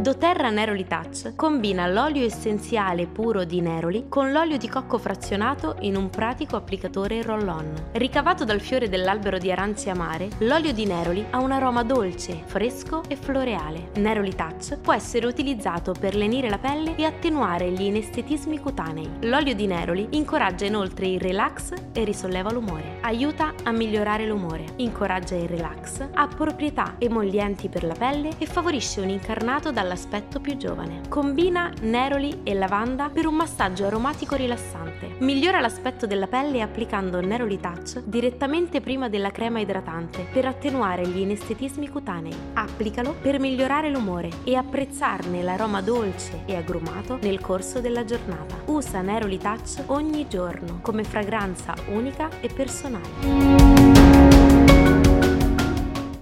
doTERRA Neroli Touch combina l'olio essenziale puro di neroli con l'olio di cocco frazionato in un pratico applicatore roll-on. Ricavato dal fiore dell'albero di aranci amare, l'olio di neroli ha un aroma dolce, fresco e floreale. Neroli Touch può essere utilizzato per lenire la pelle e attenuare gli inestetismi cutanei. L'olio di neroli incoraggia inoltre il relax e risolleva l'umore. Aiuta a migliorare l'umore, incoraggia il relax, ha proprietà emollienti per la pelle e favorisce un incarnato dall'aspetto più giovane. Combina neroli e lavanda per un massaggio aromatico rilassante. Migliora l'aspetto della pelle applicando Neroli Touch direttamente prima della crema idratante per attenuare gli inestetismi cutanei. Applicalo per migliorare l'umore e apprezzarne l'aroma dolce e agrumato nel corso della giornata. Usa Neroli Touch ogni giorno come fragranza unica e personale.